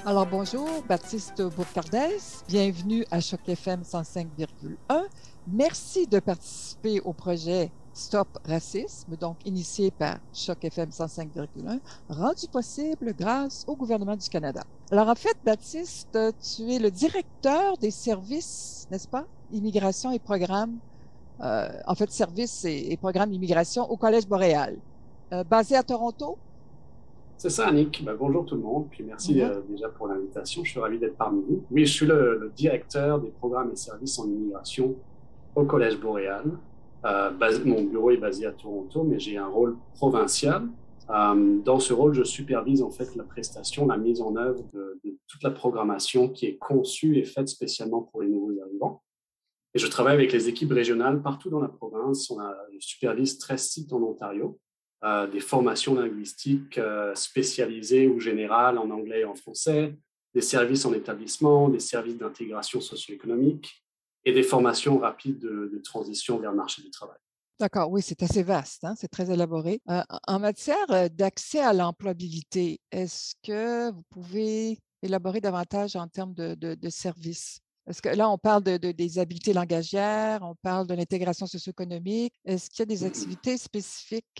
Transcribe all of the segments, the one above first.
Alors bonjour, Baptiste Bourcardès, bienvenue à Choc FM 105,1. Merci de participer au projet Stop Racisme, donc initié par Choc FM 105,1, rendu possible grâce au gouvernement du Canada. Alors en fait, Baptiste, tu es le directeur des services, n'est-ce pas? Immigration et programmes, en fait, services et programmes d'immigration au Collège Boréal, basé à Toronto. C'est ça, Annick. Bonjour tout le monde, puis merci Bonjour. déjà pour l'invitation. Je suis ravi d'être parmi vous. Oui, je suis le directeur des programmes et services en immigration au Collège Boréal. Mon bureau est basé à Toronto, mais j'ai un rôle provincial. Dans ce rôle, je supervise en fait la prestation, la mise en œuvre de toute la programmation qui est conçue et faite spécialement pour les nouveaux arrivants. Et je travaille avec les équipes régionales partout dans la province. Je supervise 13 sites en Ontario, des formations linguistiques spécialisées ou générales en anglais et en français, des services en établissement, des services d'intégration socio-économique et des formations rapides de transition vers le marché du travail. D'accord, oui, c'est assez vaste, hein, c'est très élaboré. En matière d'accès à l'employabilité, est-ce que vous pouvez élaborer davantage en termes de services? Est-ce que là, on parle des habiletés langagières, on parle de l'intégration socio-économique. Est-ce qu'il y a des activités spécifiques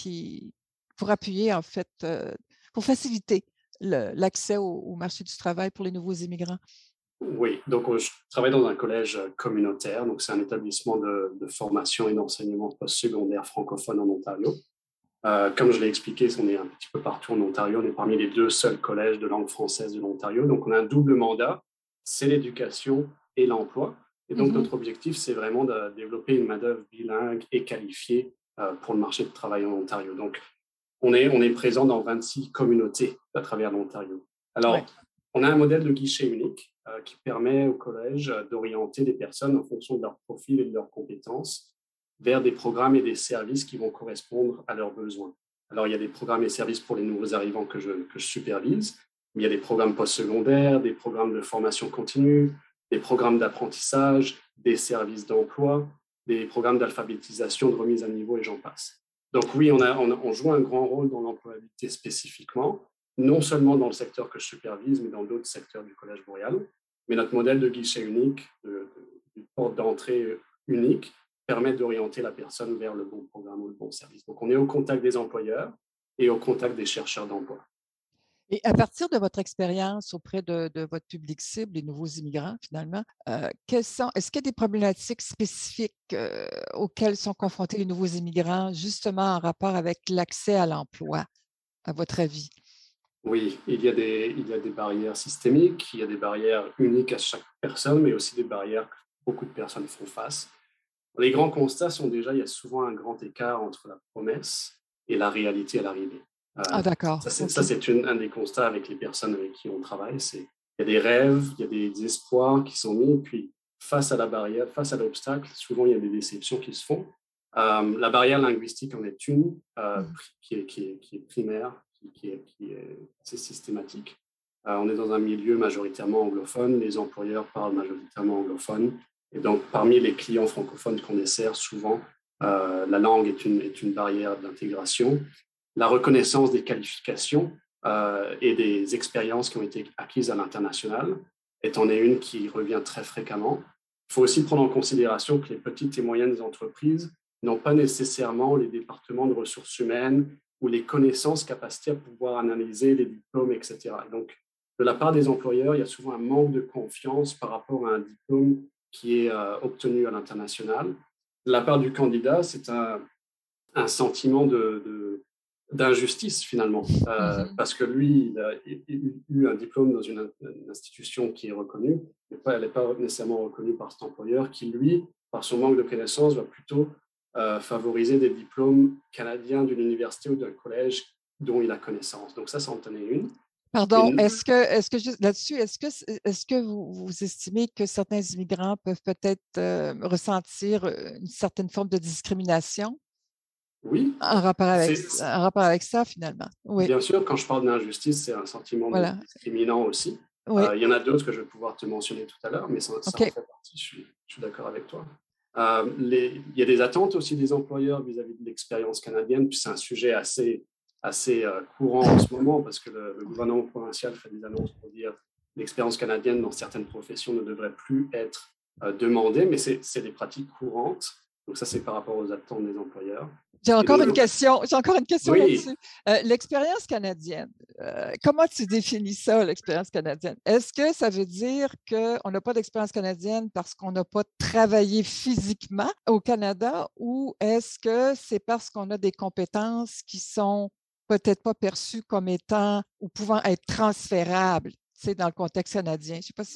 pour appuyer, en fait, pour faciliter l'accès au marché du travail pour les nouveaux immigrants? Oui, donc je travaille dans un collège communautaire, donc c'est un établissement de formation et d'enseignement postsecondaire francophone en Ontario. Comme je l'ai expliqué, on est un petit peu partout en Ontario. On est parmi les deux seuls collèges de langue française de l'Ontario. Donc, on a un double mandat, c'est l'éducation et l'emploi. Et donc, Mhm. notre objectif, c'est vraiment de développer une main-d'œuvre bilingue et qualifiée pour le marché de travail en Ontario. Donc, on est présent dans 26 communautés à travers l'Ontario. Ouais. Alors, on a un modèle de guichet unique qui permet au collège d'orienter les personnes en fonction de leur profil et de leurs compétences vers des programmes et des services qui vont correspondre à leurs besoins. Alors, il y a des programmes et services pour les nouveaux arrivants que je supervise, mais il y a des programmes postsecondaires, des programmes de formation continue, des programmes d'apprentissage, des services d'emploi, des programmes d'alphabétisation, de remise à niveau et j'en passe. Donc oui, on joue un grand rôle dans l'employabilité spécifiquement, non seulement dans le secteur que je supervise, mais dans d'autres secteurs du Collège Boréal. Mais notre modèle de guichet unique, de porte d'entrée unique, permet d'orienter la personne vers le bon programme ou le bon service. Donc on est au contact des employeurs et au contact des chercheurs d'emploi. Et à partir de votre expérience auprès de votre public cible, les nouveaux immigrants, finalement, est-ce qu'il y a des problématiques spécifiques auxquelles sont confrontés les nouveaux immigrants, justement en rapport avec l'accès à l'emploi, à votre avis? Oui, il y a des barrières systémiques, il y a des barrières uniques à chaque personne, mais aussi des barrières que beaucoup de personnes font face. Les grands constats sont déjà, il y a souvent un grand écart entre la promesse et la réalité à l'arrivée. Ah, Euh, d'accord, ça, OK. c'est un des constats avec les personnes avec qui on travaille. Il y a des rêves, il y a des espoirs qui sont mis, puis face à la barrière, face à l'obstacle, souvent il y a des déceptions qui se font. La barrière linguistique en est une, Mhm. qui est primaire, qui est assez systématique. On est dans un milieu majoritairement anglophone, les employeurs parlent majoritairement anglophone, et donc parmi les clients francophones qu'on dessert, souvent, la langue est une barrière d'intégration. La reconnaissance des qualifications et des expériences qui ont été acquises à l'international en est une qui revient très fréquemment. Il faut aussi prendre en considération que les petites et moyennes entreprises n'ont pas nécessairement les départements de ressources humaines ou les connaissances, capacités à pouvoir analyser les diplômes, etc. Donc, de la part des employeurs, il y a souvent un manque de confiance par rapport à un diplôme qui est obtenu à l'international. De la part du candidat, c'est un sentiment d'injustice finalement, Mhm. parce que lui, il a eu un diplôme dans une institution qui est reconnue, mais elle n'est pas nécessairement reconnue par cet employeur qui, lui, par son manque de connaissances, va plutôt favoriser des diplômes canadiens d'une université ou d'un collège dont il a connaissance. Donc ça en tenait une. Pardon, Et est-ce que juste là-dessus, est-ce que vous estimez que certains immigrants peuvent peut-être ressentir une certaine forme de discrimination oui, en rapport avec ça, finalement? Oui, bien sûr, quand je parle d'injustice, c'est un sentiment de voilà. discriminant aussi. Oui, Il y en a d'autres que je vais pouvoir te mentionner tout à l'heure, mais ça en OK. fait partie, je suis d'accord avec toi. Il y a des attentes aussi des employeurs vis-à-vis de l'expérience canadienne, puis c'est un sujet assez, assez courant en ce moment parce que le gouvernement provincial fait des annonces pour dire que l'expérience canadienne dans certaines professions ne devrait plus être demandée, mais c'est des pratiques courantes. Donc ça, c'est par rapport aux attentes des employeurs. J'ai Et donc, j'ai encore une question oui, là-dessus. L'expérience canadienne, comment tu définis ça, l'expérience canadienne? Est-ce que ça veut dire qu'on n'a pas d'expérience canadienne parce qu'on n'a pas travaillé physiquement au Canada ou est-ce que c'est parce qu'on a des compétences qui sont peut-être pas perçues comme étant ou pouvant être transférables, tu sais, dans le contexte canadien? Je ne sais pas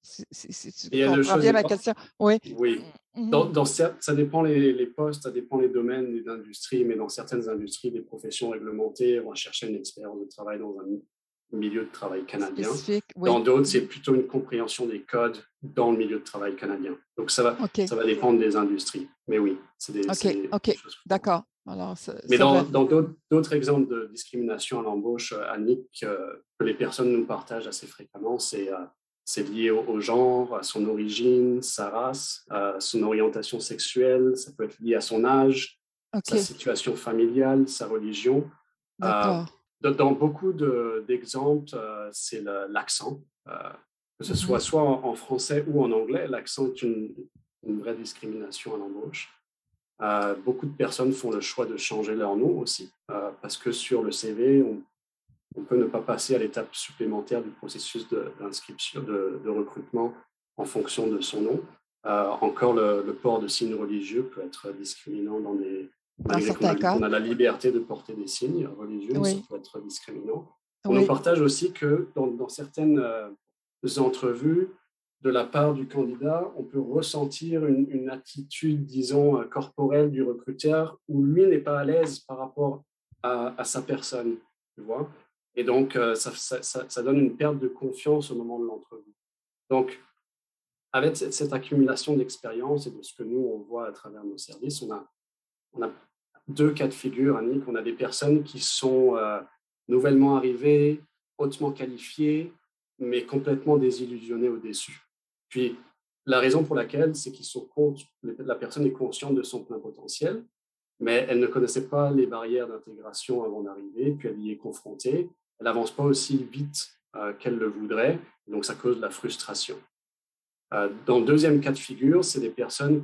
si tu il y a deux comprends choses. bien ma question. Oui. Oui. Mhm. Ça dépend les postes, ça dépend les domaines, les industries, mais dans certaines industries, des professions réglementées vont chercher une expérience de travail dans un milieu de travail canadien. Spécifique, Dans oui. d'autres, c'est plutôt une compréhension des codes dans le milieu de travail canadien. Donc, OK. ça va dépendre des industries. Mais oui, c'est OK, des OK, choses courantes. d'accord. Alors, Mais ça va. dans d'autres exemples de discrimination à l'embauche, Annick, que les personnes nous partagent assez fréquemment, c'est lié au genre, à son origine, sa race, à son orientation sexuelle, ça peut être lié à son âge, sa OK, situation familiale, sa religion. Euh, d'accord. dans beaucoup d'exemples, c'est l'accent, que ce Mhm. soit en français ou en anglais, l'accent est une vraie discrimination à l'embauche. Beaucoup de personnes font le choix de changer leur nom aussi, parce que sur le CV, on peut ne pas passer à l'étape supplémentaire du processus d'inscription, de recrutement en fonction de son nom. Encore, le port de signes religieux peut être discriminant Dans malgré certains cas, qu'on a la liberté de porter des signes religieux, mais ça oui, peut être discriminant. On nous oui. partage aussi que dans certaines entrevues, de la part du candidat, on peut ressentir une attitude, disons, corporelle du recruteur où lui n'est pas à l'aise par rapport à sa personne, tu vois. Et donc, ça donne une perte de confiance au moment de l'entrevue. Donc, avec cette accumulation d'expérience et de ce que nous, on voit à travers nos services, on a deux cas de figure, Annick. On a des personnes qui sont nouvellement arrivées, hautement qualifiées, mais complètement désillusionnées ou déçues. Puis, la raison pour laquelle, c'est la personne est consciente de son plein potentiel, mais elle ne connaissait pas les barrières d'intégration avant d'arriver, puis elle y est confrontée. Elle n'avance pas aussi vite qu'elle le voudrait, donc ça cause de la frustration. Dans le deuxième cas de figure, c'est des personnes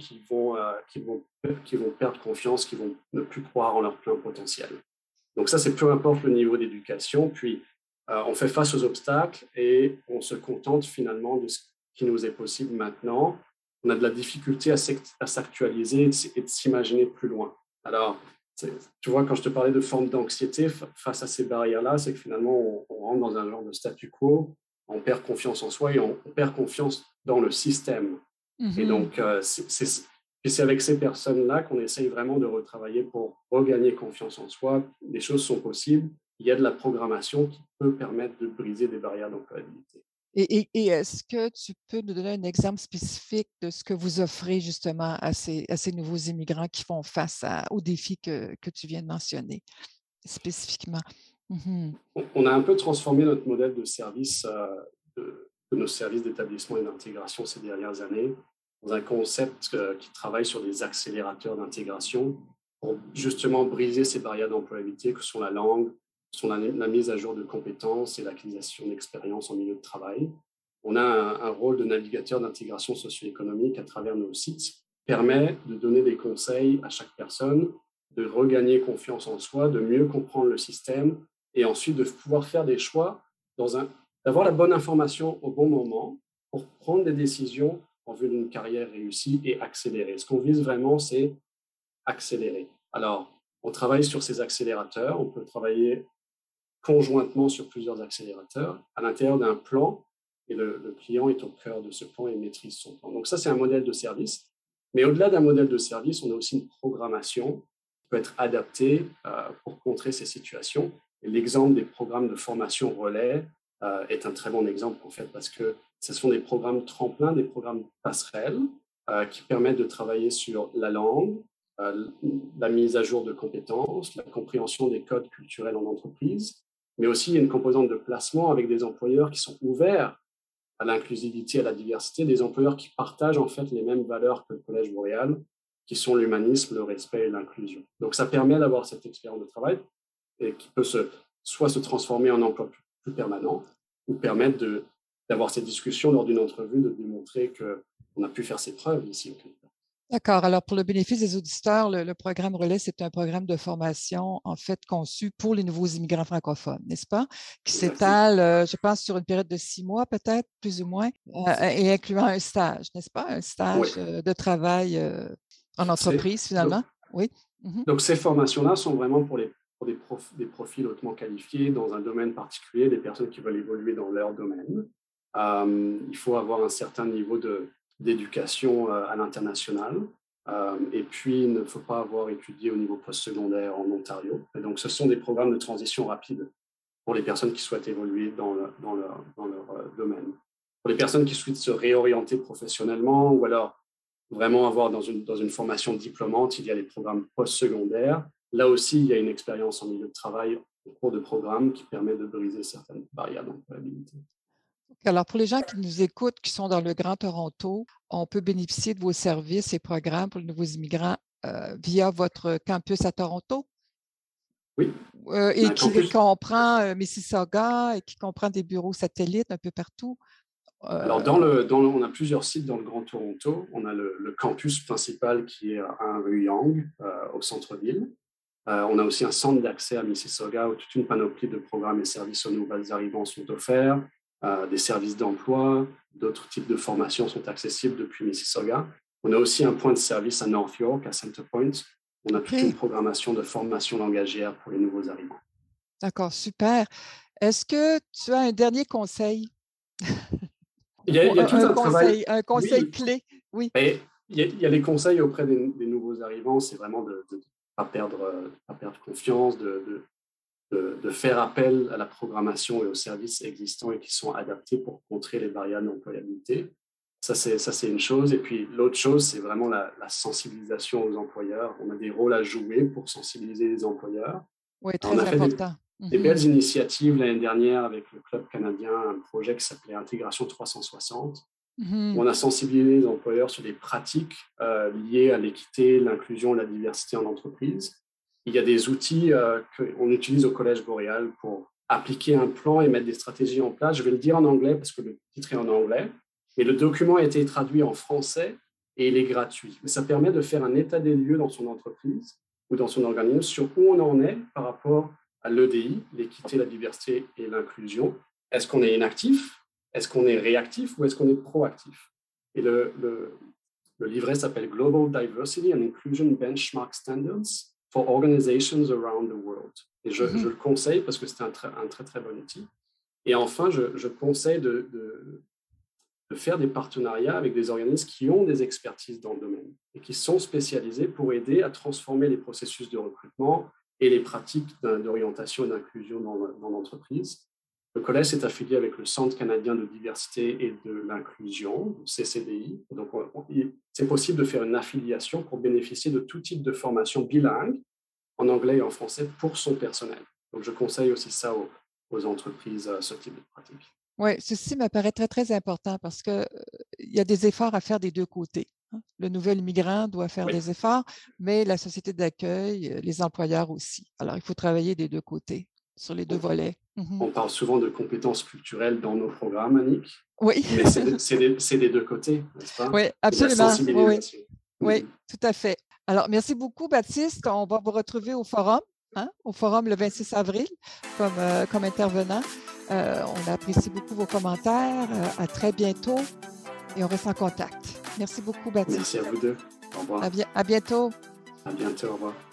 qui vont perdre confiance, qui vont ne plus croire en leur plein potentiel. Donc ça, c'est peu importe le niveau d'éducation, puis on fait face aux obstacles et on se contente finalement de ce qui nous est possible maintenant. On a de la difficulté à s'actualiser et de s'imaginer plus loin. Alors, tu vois, quand je te parlais de forme d'anxiété face à ces barrières-là, c'est que finalement, on rentre dans un genre de statu quo, on perd confiance en soi et on perd confiance dans le système. Et Mhm. donc, c'est avec ces personnes-là qu'on essaye vraiment de retravailler pour regagner confiance en soi. Les choses sont possibles. Il y a de la programmation qui peut permettre de briser des barrières d'employabilité. Et est-ce que tu peux nous donner un exemple spécifique de ce que vous offrez justement à ces nouveaux immigrants qui font face aux défis que tu viens de mentionner spécifiquement? Mhm. On a un peu transformé notre modèle de service, de nos services d'établissement et d'intégration ces dernières années, dans un concept qui travaille sur des accélérateurs d'intégration pour justement briser ces barrières d'employabilité que sont la langue, sont la mise à jour de compétences et l'acquisition d'expérience en milieu de travail. On a un rôle de navigateur d'intégration socio-économique à travers nos sites, permet de donner des conseils à chaque personne, de regagner confiance en soi, de mieux comprendre le système et ensuite de pouvoir faire des choix, d'avoir la bonne information au bon moment pour prendre des décisions en vue d'une carrière réussie et accélérer. Ce qu'on vise vraiment, c'est accélérer. Alors, on travaille sur ces accélérateurs, on peut travailler conjointement sur plusieurs accélérateurs à l'intérieur d'un plan et le client est au cœur de ce plan et maîtrise son plan. Donc ça, c'est un modèle de service. Mais au-delà d'un modèle de service, on a aussi une programmation qui peut être adaptée pour contrer ces situations. Et l'exemple des programmes de formation relais est un très bon exemple, en fait, parce que ce sont des programmes tremplins, des programmes passerelles qui permettent de travailler sur la langue, la mise à jour de compétences, la compréhension des codes culturels en entreprise, mais aussi il y a une composante de placement avec des employeurs qui sont ouverts à l'inclusivité, à la diversité, des employeurs qui partagent en fait les mêmes valeurs que le Collège Boréal, qui sont l'humanisme, le respect et l'inclusion. Donc ça permet d'avoir cette expérience de travail. et qui peut soit se transformer en emploi plus permanent ou permettre d'avoir cette discussion lors d'une entrevue, de démontrer qu'on a pu faire ses preuves ici au Canada. D'accord. Alors, pour le bénéfice des auditeurs, le programme Relais, c'est un programme de formation, en fait, conçu pour les nouveaux immigrants francophones, n'est-ce pas? Qui s'étale, je pense, sur une période de 6 mois, peut-être, plus ou moins, et incluant un stage, n'est-ce pas? Un stage de travail en entreprise, finalement. Oui. Donc, ces formations-là sont vraiment pour des profils hautement qualifiés dans un domaine particulier, des personnes qui veulent évoluer dans leur domaine. Il faut avoir un certain niveau d'éducation à l'international. Et puis, il ne faut pas avoir étudié au niveau postsecondaire en Ontario. Et donc, ce sont des programmes de transition rapide pour les personnes qui souhaitent évoluer dans leur domaine. Pour les personnes qui souhaitent se réorienter professionnellement ou alors vraiment avoir dans une formation diplômante, il y a les programmes postsecondaires. Là aussi, il y a une expérience en milieu de travail au cours de programme qui permet de briser certaines barrières d'employabilité. Alors, pour les gens qui nous écoutent, qui sont dans le Grand Toronto, on peut bénéficier de vos services et programmes pour les nouveaux immigrants via votre campus à Toronto? Oui. Et qui comprend Mississauga et qui comprend des bureaux satellites un peu partout. Alors, on a plusieurs sites dans le Grand Toronto. On a le campus principal qui est à rue Yonge, au centre-ville. On a aussi un centre d'accès à Mississauga où toute une panoplie de programmes et services aux nouvelles arrivants sont offerts. Des services d'emploi, d'autres types de formations sont accessibles depuis Mississauga. On a aussi un point de service à North York, à Centrepoint. On a toute une programmation de formation langagière pour les nouveaux arrivants. D'accord, super. Est-ce que tu as un dernier conseil? Il y a tout un travail. Un conseil clé, oui. Et il y a les conseils auprès des nouveaux arrivants, c'est vraiment de ne pas perdre confiance, de faire appel à la programmation et aux services existants et qui sont adaptés pour contrer les barrières d'employabilité. Ça, c'est une chose. Et puis, l'autre chose, c'est vraiment la sensibilisation aux employeurs. On a des rôles à jouer pour sensibiliser les employeurs. Oui, très important. Des belles initiatives l'année dernière avec le Club canadien, un projet qui s'appelait Intégration 360. Où on a sensibilisé les employeurs sur des pratiques liées à l'équité, l'inclusion et la diversité en entreprise. Il y a des outils qu'on utilise au Collège Boréal pour appliquer un plan et mettre des stratégies en place. Je vais le dire en anglais parce que le titre est en anglais, mais le document a été traduit en français et il est gratuit. Mais ça permet de faire un état des lieux dans son entreprise ou dans son organisme sur où on en est par rapport à l'EDI, l'équité, la diversité et l'inclusion. Est-ce qu'on est inactif? Est-ce qu'on est réactif ou est-ce qu'on est proactif? Et le livret s'appelle Global Diversity and Inclusion Benchmark Standards for Organizations Around the World. Et je le conseille parce que c'est un très, très bon outil. Et enfin, je conseille de faire des partenariats avec des organismes qui ont des expertises dans le domaine et qui sont spécialisés pour aider à transformer les processus de recrutement et les pratiques d'orientation et d'inclusion dans l'entreprise. Le collège est affilié avec le Centre canadien de diversité et de l'inclusion, le CCDI. Donc, c'est possible de faire une affiliation pour bénéficier de tout type de formation bilingue, en anglais et en français, pour son personnel. Donc, je conseille aussi ça aux entreprises, ce type de pratique. Oui, ceci me paraît très, très important parce qu'il y a des efforts à faire des deux côtés. Le nouvel immigrant doit faire des efforts, mais la société d'accueil, les employeurs aussi. Alors, il faut travailler des deux côtés, sur les deux volets. On parle souvent de compétences culturelles dans nos programmes, Annick. Oui. Mais c'est des deux côtés, n'est-ce pas? Oui, absolument. La sensibilisation. Oui, tout à fait. Alors, merci beaucoup, Baptiste. On va vous retrouver au forum, au forum le 26 avril comme intervenant. On apprécie beaucoup vos commentaires. À très bientôt et on reste en contact. Merci beaucoup, Baptiste. Merci à vous deux. Au revoir. À bientôt. À bientôt. Au revoir.